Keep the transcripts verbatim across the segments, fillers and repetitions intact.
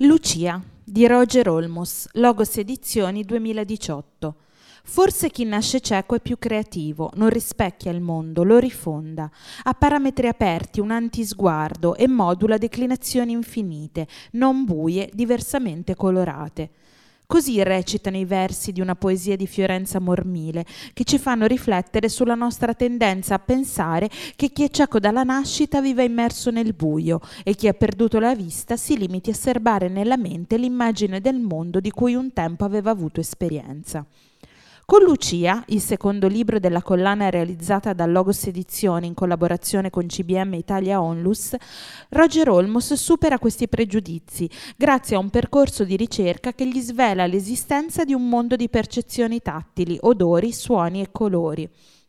Lucia di Roger Olmos, Logos Edizioni duemiladiciotto. Forse chi nasce cieco è più creativo, non rispecchia il mondo, lo rifonda, ha parametri aperti, un antisguardo e modula declinazioni infinite, non buie, diversamente colorate. Così recitano i versi di una poesia di Fiorenza Mormile, che ci fanno riflettere sulla nostra tendenza a pensare che chi è cieco dalla nascita viva immerso nel buio e chi ha perduto la vista si limiti a serbare nella mente l'immagine del mondo di cui un tempo aveva avuto esperienza. Con Lucia, il secondo libro della collana realizzata da Logos Edizioni in collaborazione con C B M Italia Onlus, Roger Olmos supera questi pregiudizi grazie a un percorso di ricerca che gli svela l'esistenza di un mondo di percezioni tattili, odori, suoni e colori.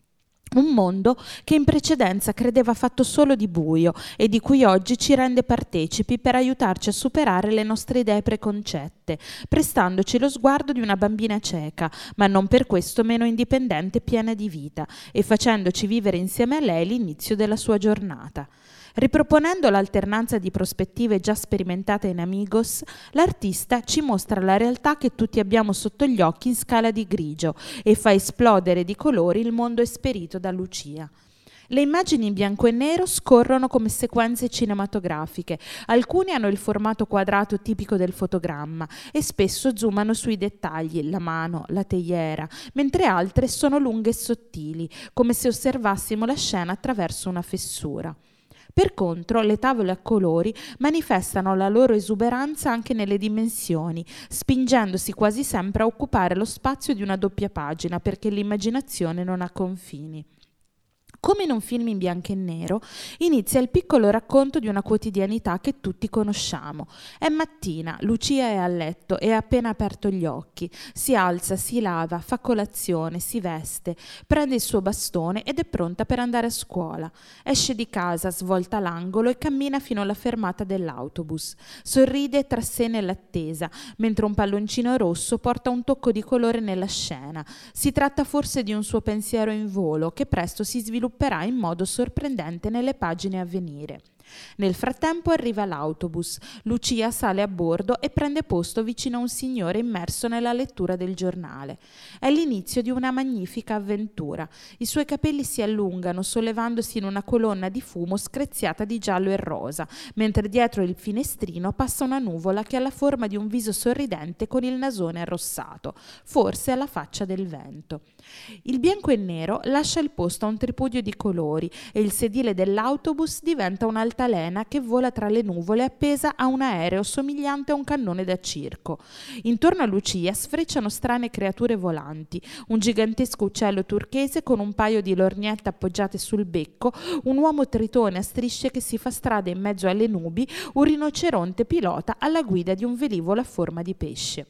Un mondo che in precedenza credeva fatto solo di buio e di cui oggi ci rende partecipi per aiutarci a superare le nostre idee preconcette, prestandoci lo sguardo di una bambina cieca, ma non per questo meno indipendente e piena di vita, e facendoci vivere insieme a lei l'inizio della sua giornata. Riproponendo l'alternanza di prospettive già sperimentate in Amigos, l'artista ci mostra la realtà che tutti abbiamo sotto gli occhi in scala di grigio e fa esplodere di colori il mondo esperito da Lucia. Le immagini in bianco e nero scorrono come sequenze cinematografiche, alcune hanno il formato quadrato tipico del fotogramma e spesso zoomano sui dettagli, la mano, la teiera, mentre altre sono lunghe e sottili, come se osservassimo la scena attraverso una fessura. Per contro, le tavole a colori manifestano la loro esuberanza anche nelle dimensioni, spingendosi quasi sempre a occupare lo spazio di una doppia pagina, perché l'immaginazione non ha confini. Come in un film in bianco e nero, inizia il piccolo racconto di una quotidianità che tutti conosciamo. È mattina, Lucia è a letto e ha appena aperto gli occhi. Si alza, si lava, fa colazione, si veste, prende il suo bastone ed è pronta per andare a scuola. Esce di casa, svolta l'angolo e cammina fino alla fermata dell'autobus. Sorride tra sé nell'attesa, mentre un palloncino rosso porta un tocco di colore nella scena. Si tratta forse di un suo pensiero in volo che presto si sviluppa in modo sorprendente nelle pagine a venire. Nel frattempo arriva l'autobus. Lucia sale a bordo e prende posto vicino a un signore immerso nella lettura del giornale. È l'inizio di una magnifica avventura. I suoi capelli si allungano, sollevandosi in una colonna di fumo screziata di giallo e rosa, mentre dietro il finestrino passa una nuvola che ha la forma di un viso sorridente con il nasone arrossato, forse alla faccia del vento. Il bianco e nero lascia il posto a un tripudio di colori e il sedile dell'autobus diventa un'altalena che vola tra le nuvole appesa a un aereo somigliante a un cannone da circo. Intorno a Lucia sfrecciano strane creature volanti, un gigantesco uccello turchese con un paio di lorgnette appoggiate sul becco, un uomo tritone a strisce che si fa strada in mezzo alle nubi, un rinoceronte pilota alla guida di un velivolo a forma di pesce.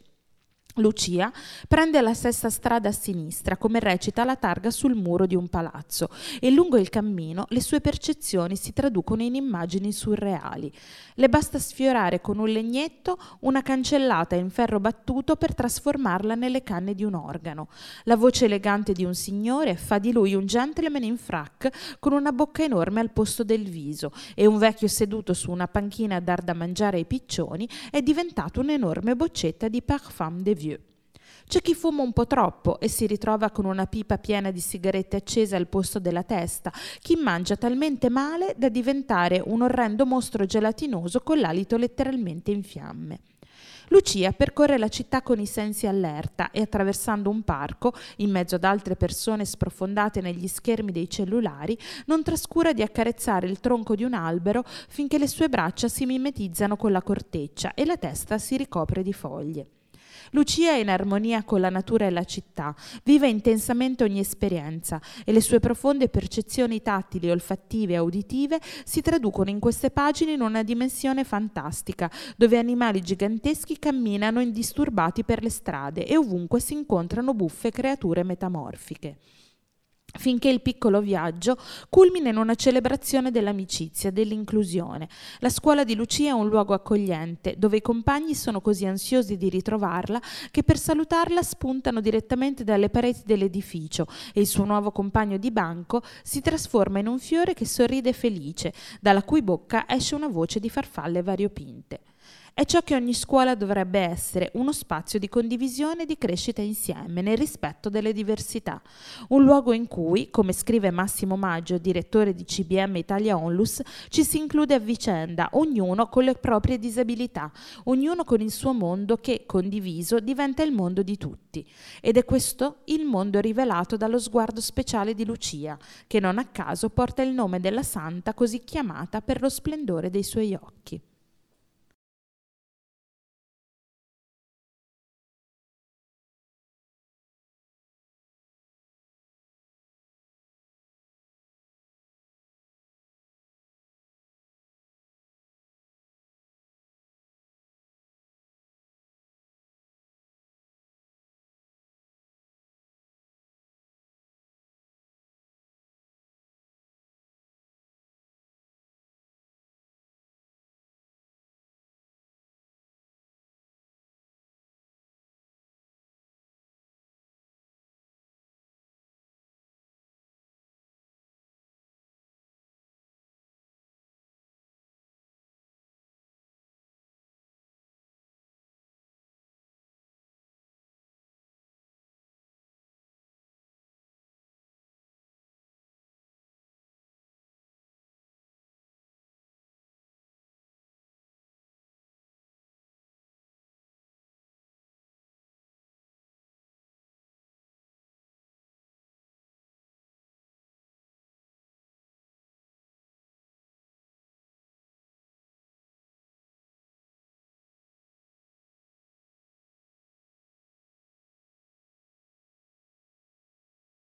Lucia prende la stessa strada a sinistra, come recita la targa sul muro di un palazzo, e lungo il cammino le sue percezioni si traducono in immagini surreali. Le basta sfiorare con un legnetto una cancellata in ferro battuto per trasformarla nelle canne di un organo. La voce elegante di un signore fa di lui un gentleman in frac con una bocca enorme al posto del viso, e un vecchio seduto su una panchina a dar da mangiare ai piccioni è diventato un'enorme boccetta di parfum de vieux. C'è chi fuma un po' troppo e si ritrova con una pipa piena di sigarette accese al posto della testa, chi mangia talmente male da diventare un orrendo mostro gelatinoso con l'alito letteralmente in fiamme. Lucia percorre la città con i sensi allerta e attraversando un parco, in mezzo ad altre persone sprofondate negli schermi dei cellulari, non trascura di accarezzare il tronco di un albero finché le sue braccia si mimetizzano con la corteccia e la testa si ricopre di foglie. Lucia è in armonia con la natura e la città, vive intensamente ogni esperienza e le sue profonde percezioni tattili, olfattive e auditive si traducono in queste pagine in una dimensione fantastica, dove animali giganteschi camminano indisturbati per le strade e ovunque si incontrano buffe creature metamorfiche. Finché il piccolo viaggio culmina in una celebrazione dell'amicizia, dell'inclusione. La scuola di Lucia è un luogo accogliente, dove i compagni sono così ansiosi di ritrovarla che per salutarla spuntano direttamente dalle pareti dell'edificio e il suo nuovo compagno di banco si trasforma in un fiore che sorride felice, dalla cui bocca esce una voce di farfalle variopinte. È ciò che ogni scuola dovrebbe essere, uno spazio di condivisione e di crescita insieme, nel rispetto delle diversità. Un luogo in cui, come scrive Massimo Maggio, direttore di C B M Italia Onlus, ci si include a vicenda, ognuno con le proprie disabilità, ognuno con il suo mondo che, condiviso, diventa il mondo di tutti. Ed è questo il mondo rivelato dallo sguardo speciale di Lucia, che non a caso porta il nome della santa così chiamata per lo splendore dei suoi occhi.